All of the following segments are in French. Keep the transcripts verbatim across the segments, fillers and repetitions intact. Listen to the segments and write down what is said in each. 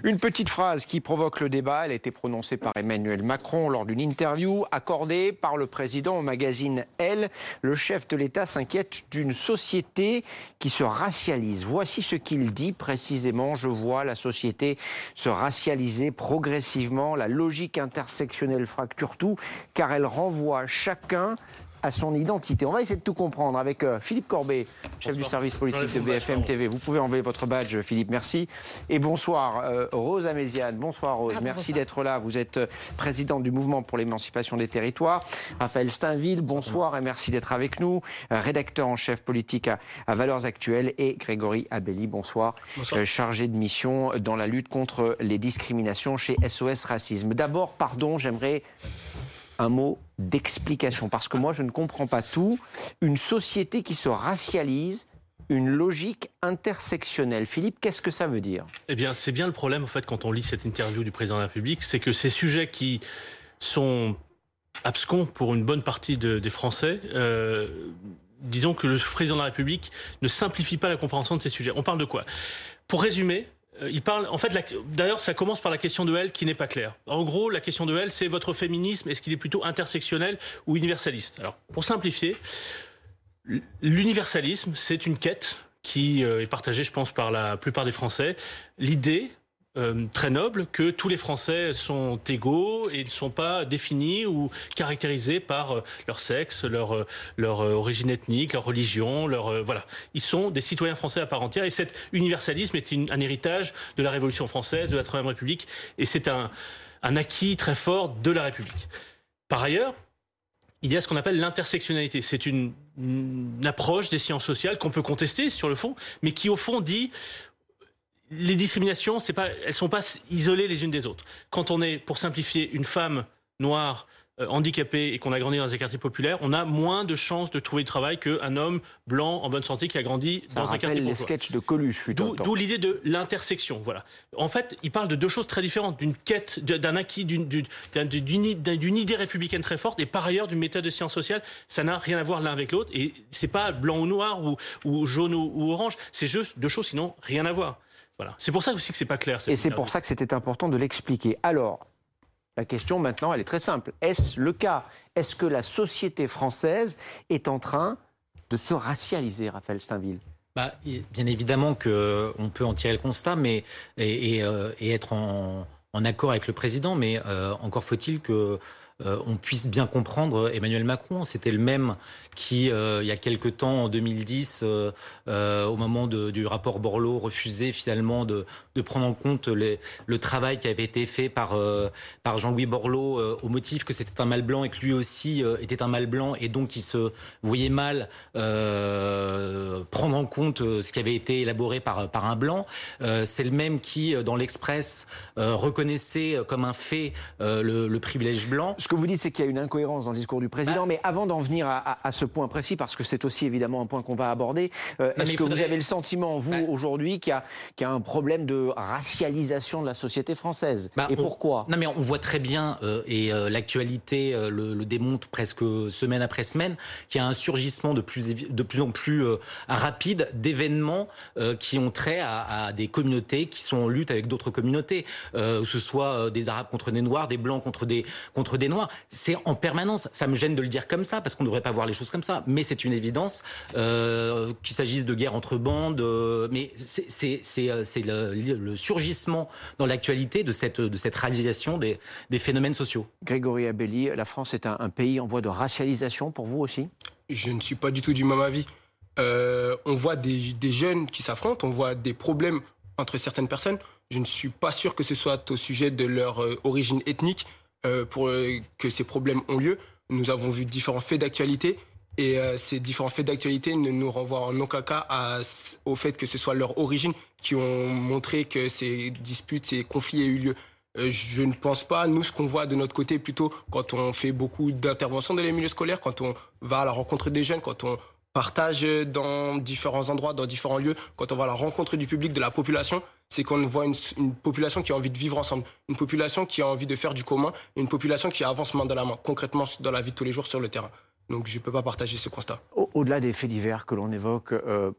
Une petite phrase qui provoque le débat, elle a été prononcée par Emmanuel Macron lors d'une interview accordée par le président au magazine Elle. Le chef de l'État s'inquiète d'une société qui se racialise. Voici ce qu'il dit précisément. Je vois la société se racialiser progressivement. La logique intersectionnelle fracture tout car elle renvoie chacun à son identité. On va essayer de tout comprendre avec euh, Philippe Corbet, chef bonsoir. Du service politique de B F M T V. Vous pouvez enlever votre badge, Philippe, merci. Et bonsoir, euh, Rose Améziane. Bonsoir, Rose. Ah, merci d'être là. Vous êtes euh, présidente du mouvement pour l'émancipation des territoires. Raphaël Steinville, bonsoir et merci d'être avec nous. Euh, rédacteur en chef politique à, à Valeurs Actuelles. Et Grégory Abelli, bonsoir. bonsoir. Euh, chargé de mission dans la lutte contre les discriminations chez S O S Racisme. D'abord, pardon, j'aimerais un mot d'explication, parce que moi je ne comprends pas tout. Une société qui se racialise, une logique intersectionnelle. Philippe, qu'est-ce que ça veut dire? Eh bien, c'est bien le problème, en fait, quand on lit cette interview du président de la République, c'est que ces sujets qui sont abscons pour une bonne partie de, des Français, euh, disons que le président de la République ne simplifie pas la compréhension de ces sujets. On parle de quoi? Pour résumer, il parle, en fait, d'ailleurs, ça commence par la question de elle qui n'est pas claire. En gros, la question de elle, c'est votre féminisme, est-ce qu'il est plutôt intersectionnel ou universaliste? Alors, pour simplifier, l'universalisme, c'est une quête qui est partagée, je pense, par la plupart des Français. L'idée, euh, très noble, que tous les Français sont égaux et ne sont pas définis ou caractérisés par euh, leur sexe, leur, euh, leur euh, origine ethnique, leur religion, leur euh, voilà. Ils sont des citoyens français à part entière. Et cet universalisme est une, un héritage de la Révolution française, de la Troisième République, et c'est un, un acquis très fort de la République. Par ailleurs, il y a ce qu'on appelle l'intersectionnalité. C'est une, une approche des sciences sociales qu'on peut contester sur le fond, mais qui au fond dit les discriminations, c'est pas, elles sont pas isolées les unes des autres. Quand on est, pour simplifier, une femme noire euh, handicapée et qu'on a grandi dans un quartier populaire, on a moins de chances de trouver du travail qu'un homme blanc en bonne santé qui a grandi Ça dans un quartier bourgeois. Ça rappelle les sketchs de Coluche, fut un temps. D'où l'idée de l'intersection. Voilà. En fait, il parle de deux choses très différentes, d'une quête, d'un acquis, d'une d'une idée républicaine très forte, et par ailleurs d'une méthode de sciences sociales. Ça n'a rien à voir l'un avec l'autre, et c'est pas blanc ou noir ou, ou jaune ou, ou orange. C'est juste deux choses, sinon rien à voir. Voilà. C'est pour ça aussi que c'est pas clair. Et c'est pour ça que c'était important de l'expliquer. Alors, la question maintenant, elle est très simple. Est-ce le cas? Est-ce que la société française est en train de se racialiser, Raphaël Steinville? Bah, bien évidemment qu'on peut en tirer le constat, mais et, et, euh, et être en, en accord avec le président, mais euh, encore faut-il que Euh, on puisse bien comprendre Emmanuel Macron. C'était le même qui, euh, il y a quelque temps, en deux mille dix, euh, euh, au moment de, du rapport Borloo, refusait finalement de, de prendre en compte les, le travail qui avait été fait par, euh, par Jean-Louis Borloo euh, au motif que c'était un mâle blanc et que lui aussi euh, était un mâle blanc et donc il se voyait mal euh, prendre en compte ce qui avait été élaboré par, par un blanc. Euh, C'est le même qui, dans l'Express, euh, reconnaissait comme un fait euh, le, le privilège blanc. Ce que vous dites, c'est qu'il y a une incohérence dans le discours du président. Bah, mais avant d'en venir à, à, à ce point précis, parce que c'est aussi évidemment un point qu'on va aborder, euh, est-ce que faudrait... vous avez le sentiment, vous, bah, aujourd'hui, qu'il y, y a un problème de racialisation de la société française? bah, Et on... pourquoi? Non, mais on voit très bien, euh, et euh, l'actualité euh, le, le démontre presque semaine après semaine, qu'il y a un surgissement de plus, de plus en plus euh, rapide d'événements euh, qui ont trait à, à des communautés qui sont en lutte avec d'autres communautés, euh, que ce soit euh, des Arabes contre des Noirs, des Blancs contre des, contre des Noirs. C'est en permanence. Ça me gêne de le dire comme ça, parce qu'on ne devrait pas voir les choses comme ça. Mais c'est une évidence, euh, qu'il s'agisse de guerre entre bandes. Euh, mais c'est le, le surgissement dans l'actualité de cette, de cette radicalisation des, des phénomènes sociaux. Grégory Abelli, la France est un, un pays en voie de racialisation pour vous aussi? Je ne suis pas du tout du même avis. Euh, on voit des, des jeunes qui s'affrontent, on voit des problèmes entre certaines personnes. Je ne suis pas sûr que ce soit au sujet de leur euh, origine ethnique pour que ces problèmes ont lieu. Nous avons vu différents faits d'actualité et euh, ces différents faits d'actualité ne nous renvoient en aucun cas à, au fait que ce soit leur origine qui ont montré que ces disputes, ces conflits aient eu lieu. Euh, je ne pense pas. Nous, ce qu'on voit de notre côté, plutôt quand on fait beaucoup d'interventions dans les milieux scolaires, quand on va à la rencontre des jeunes, quand on partage dans différents endroits, dans différents lieux, quand on va à la rencontre du public, de la population, c'est qu'on voit une, une population qui a envie de vivre ensemble, une population qui a envie de faire du commun, et une population qui avance main dans la main, concrètement dans la vie de tous les jours sur le terrain. Donc je ne peux pas partager ce constat. Au-delà des faits divers que l'on évoque, euh,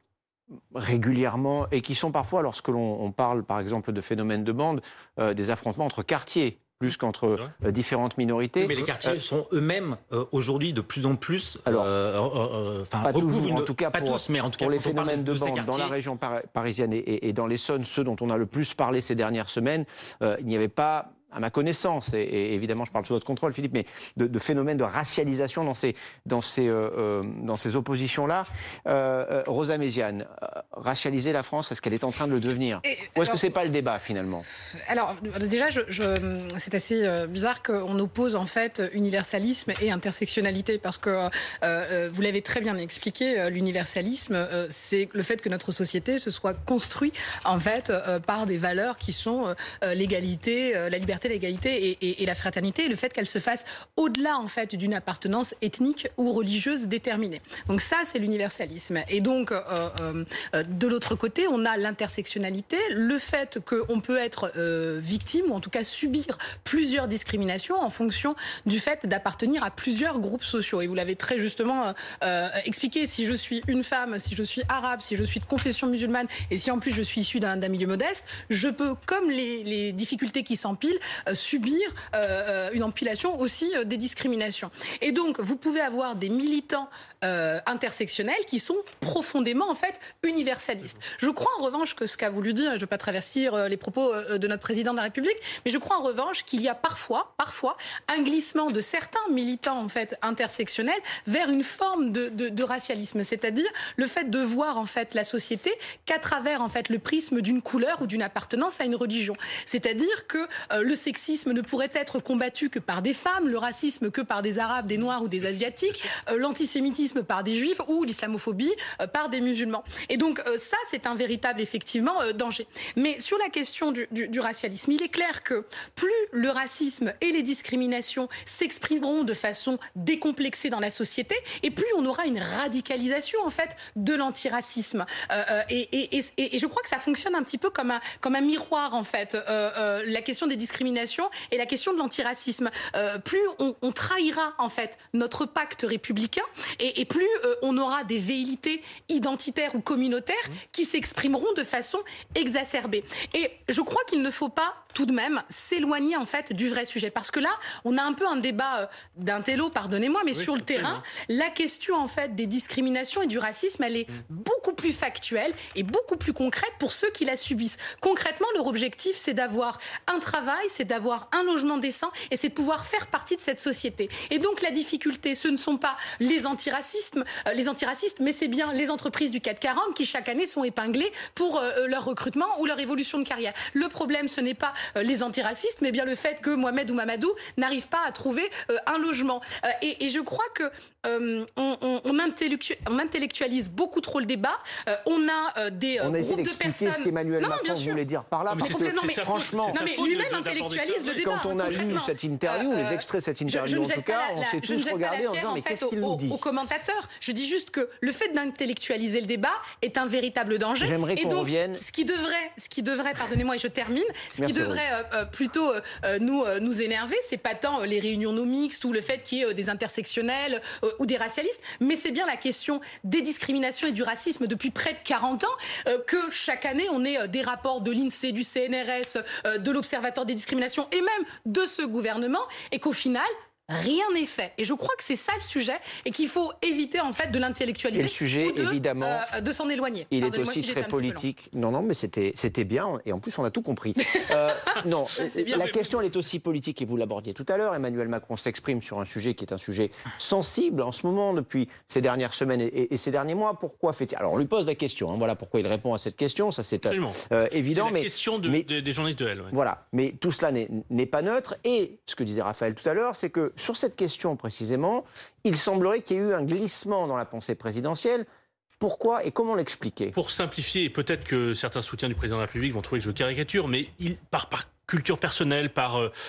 régulièrement et qui sont parfois, lorsque l'on on parle par exemple de phénomènes de bande, euh, des affrontements entre quartiers plus qu'entre euh, différentes minorités. Oui, mais les quartiers euh, sont eux-mêmes euh, aujourd'hui de plus en plus. Alors, euh, euh, enfin, pas toujours, une, en tout cas pas pour, tous, mais en tout cas pour les phénomènes de, de bande quartiers, dans la région par, parisienne et, et, et dans l'Essonne, ceux dont on a le plus parlé ces dernières semaines, euh, il n'y avait pas, à ma connaissance, et, et évidemment je parle sous votre contrôle Philippe, mais de, de phénomènes de racialisation dans ces, dans ces, euh, euh, dans ces oppositions-là. Euh, euh, Rosa Méziane, euh, racialiser la France, est-ce qu'elle est en train de le devenir? et, Ou est-ce que c'est pas le débat finalement? Alors déjà, je, je, c'est assez euh, bizarre qu'on oppose en fait universalisme et intersectionnalité, parce que euh, vous l'avez très bien expliqué, euh, l'universalisme, euh, c'est le fait que notre société se soit construite en fait euh, par des valeurs qui sont euh, l'égalité, euh, la liberté, l'égalité et, et, et la fraternité, et le fait qu'elle se fasse au-delà en fait d'une appartenance ethnique ou religieuse déterminée. Donc ça, c'est l'universalisme. Et donc euh, euh, de l'autre côté, on a l'intersectionnalité, le fait qu'on peut être euh, victime ou en tout cas subir plusieurs discriminations en fonction du fait d'appartenir à plusieurs groupes sociaux. Et vous l'avez très justement euh, expliqué, si je suis une femme, si je suis arabe, si je suis de confession musulmane et si en plus je suis issue d'un, d'un milieu modeste, je peux, comme les, les difficultés qui s'empilent, Euh, subir euh, une empilation aussi euh, des discriminations. Et donc, vous pouvez avoir des militants euh, intersectionnels qui sont profondément, en fait, universalistes. Je crois, en revanche, que ce qu'a voulu dire, je ne vais pas travestir euh, les propos euh, de notre président de la République, mais je crois, en revanche, qu'il y a parfois, parfois, un glissement de certains militants, en fait, intersectionnels vers une forme de, de, de racialisme. C'est-à-dire le fait de voir, en fait, la société qu'à travers, en fait, le prisme d'une couleur ou d'une appartenance à une religion. C'est-à-dire que euh, le sexisme ne pourrait être combattu que par des femmes, le racisme que par des Arabes, des Noirs ou des Asiatiques, euh, l'antisémitisme par des Juifs ou l'islamophobie euh, par des musulmans. Et donc euh, ça, c'est un véritable, effectivement, euh, danger. Mais sur la question du, du, du racialisme, il est clair que plus le racisme et les discriminations s'exprimeront de façon décomplexée dans la société, et plus on aura une radicalisation, en fait, de l'antiracisme. Euh, euh, et, et, et, et je crois que ça fonctionne un petit peu comme un, comme un miroir, en fait. Euh, euh, la question des discriminations et la question de l'antiracisme. Euh, plus on, on trahira en fait notre pacte républicain et, et plus euh, on aura des velléités identitaires ou communautaires qui s'exprimeront de façon exacerbée. Et je crois qu'il ne faut pas tout de même s'éloigner en fait du vrai sujet, parce que là on a un peu un débat euh, d'intello, pardonnez-moi, mais oui, sur le terrain, la question en fait des discriminations et du racisme, elle est mmh. beaucoup plus factuelle et beaucoup plus concrète pour ceux qui la subissent. Concrètement, leur objectif, c'est d'avoir un travail, c'est d'avoir un logement décent et c'est de pouvoir faire partie de cette société. Et donc la difficulté, ce ne sont pas les antiracistes, euh, les antiracistes, mais c'est bien les entreprises du C A C quarante qui chaque année sont épinglées pour euh, leur recrutement ou leur évolution de carrière. Le problème, ce n'est pas euh, les antiracistes, mais bien le fait que Mohamed ou Mamadou n'arrivent pas à trouver euh, un logement. Euh, et, et je crois que euh, on, on, on, intellectu on intellectualise beaucoup trop le débat. Euh, on a euh, des euh, on groupes de personnes. Ce qu'Emmanuel non, Macron voulait dire par là. Non, mais parce que, c'est, franchement, non, mais lui-même intellectualise le débat. Quand on a lu cette interview, euh, les extraits de cette interview, en tout cas, la, on s'est tous regardés en disant mais qu'est-ce qu'il nous dit ? Aux commentateurs, je dis juste que le fait d'intellectualiser le débat est un véritable danger. J'aimerais qu'on donc, revienne. Ce qui devrait, ce qui devrait, pardonnez-moi et je termine, ce Merci qui devrait euh, plutôt euh, nous euh, nous énerver, c'est pas tant euh, les réunions non mixtes ou le fait qu'il y ait euh, des intersectionnels euh, ou des racialistes, mais c'est bien la question des discriminations et du racisme depuis près de quarante ans euh, que chaque année on ait euh, des rapports de l'INSEE, du C N R S, euh, de l'Observatoire des discriminations et même de ce gouvernement, et qu'au final rien n'est fait. Et je crois que c'est ça le sujet et qu'il faut éviter en fait de l'intellectualiser. Et le sujet, ou de, évidemment, euh, de s'en éloigner. Il est aussi si très politique. Non, non, mais c'était c'était bien et en plus on a tout compris. euh, non, bien, la mais... question elle est aussi politique et vous l'abordiez tout à l'heure. Emmanuel Macron s'exprime sur un sujet qui est un sujet sensible en ce moment depuis ces dernières semaines et, et, et ces derniers mois. Pourquoi fait-il ? Alors on lui pose la question. Hein, voilà pourquoi il répond à cette question. Ça c'est euh, évident. C'est la mais question de, mais, de, des journalistes de L. Ouais. Voilà. Mais tout cela n'est, n'est pas neutre. Et ce que disait Raphaël tout à l'heure, c'est que sur cette question précisément, il semblerait qu'il y ait eu un glissement dans la pensée présidentielle. Pourquoi et comment l'expliquer ? Pour simplifier, et peut-être que certains soutiens du président de la République vont trouver que je caricature, mais il, par, par culture personnelle, par, euh,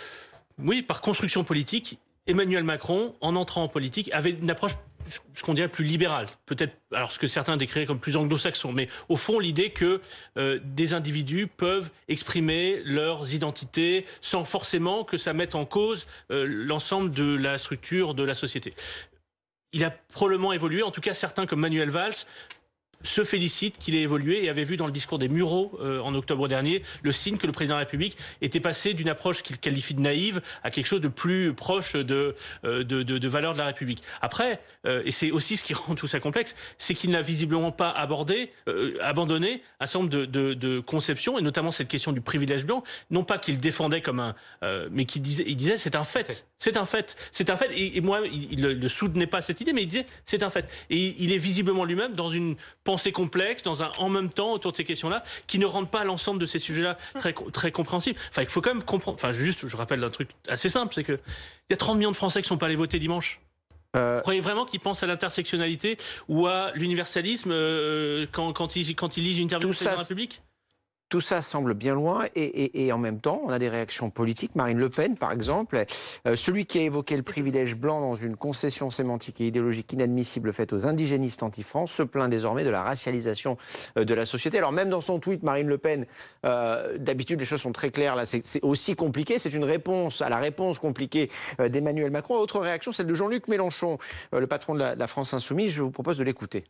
oui, par construction politique, Emmanuel Macron, en entrant en politique, avait une approche ce qu'on dirait plus libéral, peut-être, alors ce que certains décriraient comme plus anglo-saxon, mais au fond l'idée que euh, des individus peuvent exprimer leurs identités sans forcément que ça mette en cause euh, l'ensemble de la structure de la société. Il a probablement évolué, en tout cas certains comme Manuel Valls se félicite qu'il ait évolué et avait vu dans le discours des Mureaux euh, en octobre dernier le signe que le président de la République était passé d'une approche qu'il qualifie de naïve à quelque chose de plus proche de, euh, de, de, de valeurs de la République. Après, euh, et c'est aussi ce qui rend tout ça complexe, c'est qu'il n'a visiblement pas abordé, euh, abandonné un certain nombre de, de, de conceptions, et notamment cette question du privilège blanc, non pas qu'il défendait comme un... Euh, mais qu'il disait, il disait c'est un fait, c'est un fait, c'est un fait, et, et moi, il ne soutenait pas cette idée, mais il disait c'est un fait. Et il est visiblement lui-même dans une pensée complexe, dans un en même temps autour de ces questions-là, qui ne rendent pas l'ensemble de ces sujets-là très, très compréhensibles. Enfin, il faut quand même comprendre, enfin juste, je rappelle un truc assez simple, c'est que il y a trente millions de Français qui ne sont pas allés voter dimanche. Euh... Vous croyez vraiment qu'ils pensent à l'intersectionnalité ou à l'universalisme euh, quand, quand, ils, quand ils lisent une interview du président de la République ? Tout ça semble bien loin et, et, et en même temps, on a des réactions politiques. Marine Le Pen, par exemple, euh, celui qui a évoqué le privilège blanc dans une concession sémantique et idéologique inadmissible faite aux indigénistes anti-France, se plaint désormais de la racialisation euh, de la société. Alors même dans son tweet, Marine Le Pen, euh, d'habitude les choses sont très claires, là c'est, c'est aussi compliqué, c'est une réponse à la réponse compliquée euh, d'Emmanuel Macron. Autre réaction, celle de Jean-Luc Mélenchon, euh, le patron de la, de la France Insoumise. Je vous propose de l'écouter.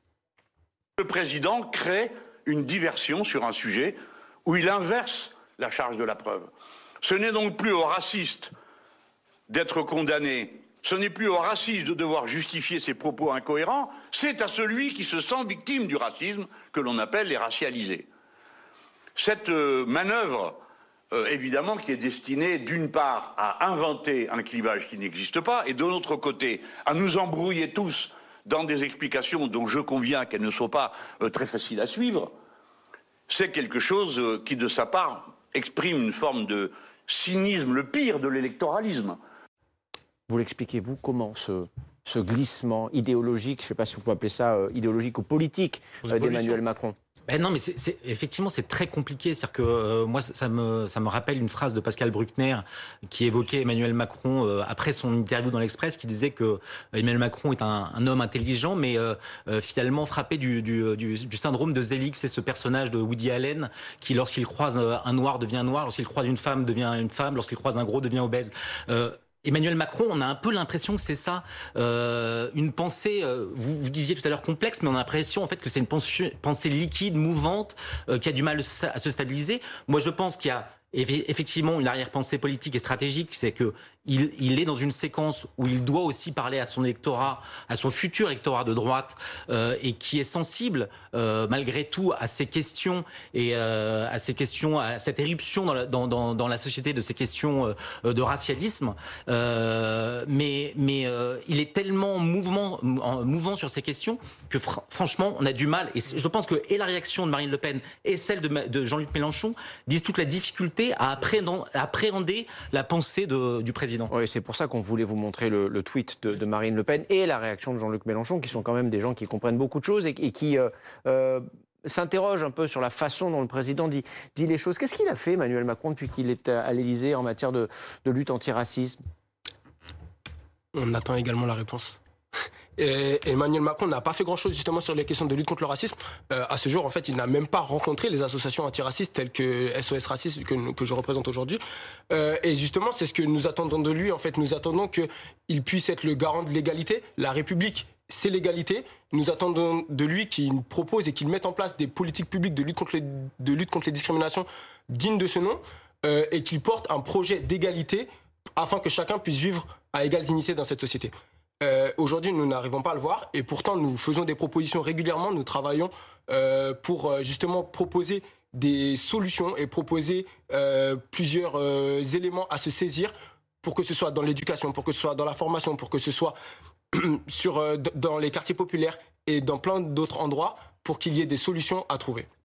Le président crée une diversion sur un sujet où il inverse la charge de la preuve. Ce n'est donc plus aux racistes d'être condamnés, ce n'est plus aux racistes de devoir justifier ses propos incohérents, c'est à celui qui se sent victime du racisme que l'on appelle les racialisés. Cette euh, manœuvre, euh, évidemment, qui est destinée d'une part à inventer un clivage qui n'existe pas et de l'autre côté à nous embrouiller tous dans des explications dont je conviens qu'elles ne sont pas euh, très faciles à suivre, c'est quelque chose qui, de sa part, exprime une forme de cynisme, le pire de l'électoralisme. Vous l'expliquez, vous, comment ce, ce glissement idéologique, je ne sais pas si vous pouvez appeler ça euh, idéologique ou politique, euh, d'Emmanuel Macron ? Ben non, mais c'est, c'est, effectivement, c'est très compliqué. C'est-à-dire que euh, moi, ça me, ça me rappelle une phrase de Pascal Bruckner qui évoquait Emmanuel Macron euh, après son interview dans l'Express, qui disait que Emmanuel Macron est un, un homme intelligent, mais euh, euh, finalement frappé du, du, du, du syndrome de Zelig. C'est ce personnage de Woody Allen qui, lorsqu'il croise un noir, devient noir, lorsqu'il croise une femme, devient une femme, lorsqu'il croise un gros, devient obèse. Euh, Emmanuel Macron, on a un peu l'impression que c'est ça, euh, une pensée, euh, vous, vous disiez tout à l'heure complexe, mais on a l'impression en fait que c'est une pensée, pensée liquide, mouvante, euh, qui a du mal à se stabiliser. Moi, je pense qu'il y a effectivement une arrière-pensée politique et stratégique, c'est que il, il est dans une séquence où il doit aussi parler à son électorat, à son futur électorat de droite, euh, et qui est sensible euh, malgré tout à ces questions et euh, à ces questions, à cette éruption dans la, dans, dans, dans la société de ces questions euh, de racialisme. Euh, mais mais euh, il est tellement mouvement, mouvant sur ces questions que fr- franchement, on a du mal. Et je pense que et la réaction de Marine Le Pen et celle de, de Jean-Luc Mélenchon disent toute la difficulté à appréhender la pensée de, du président. Oui, c'est pour ça qu'on voulait vous montrer le, le tweet de, de Marine Le Pen et la réaction de Jean-Luc Mélenchon, qui sont quand même des gens qui comprennent beaucoup de choses et, et qui euh, euh, s'interrogent un peu sur la façon dont le président dit, dit les choses. Qu'est-ce qu'il a fait, Emmanuel Macron, depuis qu'il est à l'Élysée en matière de, de lutte anti-racisme ? On attend également la réponse. Et Emmanuel Macron n'a pas fait grand-chose justement sur les questions de lutte contre le racisme. Euh, à ce jour, en fait, il n'a même pas rencontré les associations antiracistes telles que S O S Racisme que, que je représente aujourd'hui. Euh, et justement, c'est ce que nous attendons de lui. En fait, nous attendons qu'il puisse être le garant de l'égalité. La République, c'est l'égalité. Nous attendons de lui qu'il propose et qu'il mette en place des politiques publiques de lutte contre les, de lutte contre les discriminations dignes de ce nom, euh, et qu'il porte un projet d'égalité afin que chacun puisse vivre à égales dignités dans cette société. Euh, aujourd'hui, nous n'arrivons pas à le voir et pourtant nous faisons des propositions régulièrement. Nous travaillons euh, pour euh, justement proposer des solutions et proposer euh, plusieurs euh, éléments à se saisir pour que ce soit dans l'éducation, pour que ce soit dans la formation, pour que ce soit sur, euh, dans les quartiers populaires et dans plein d'autres endroits pour qu'il y ait des solutions à trouver.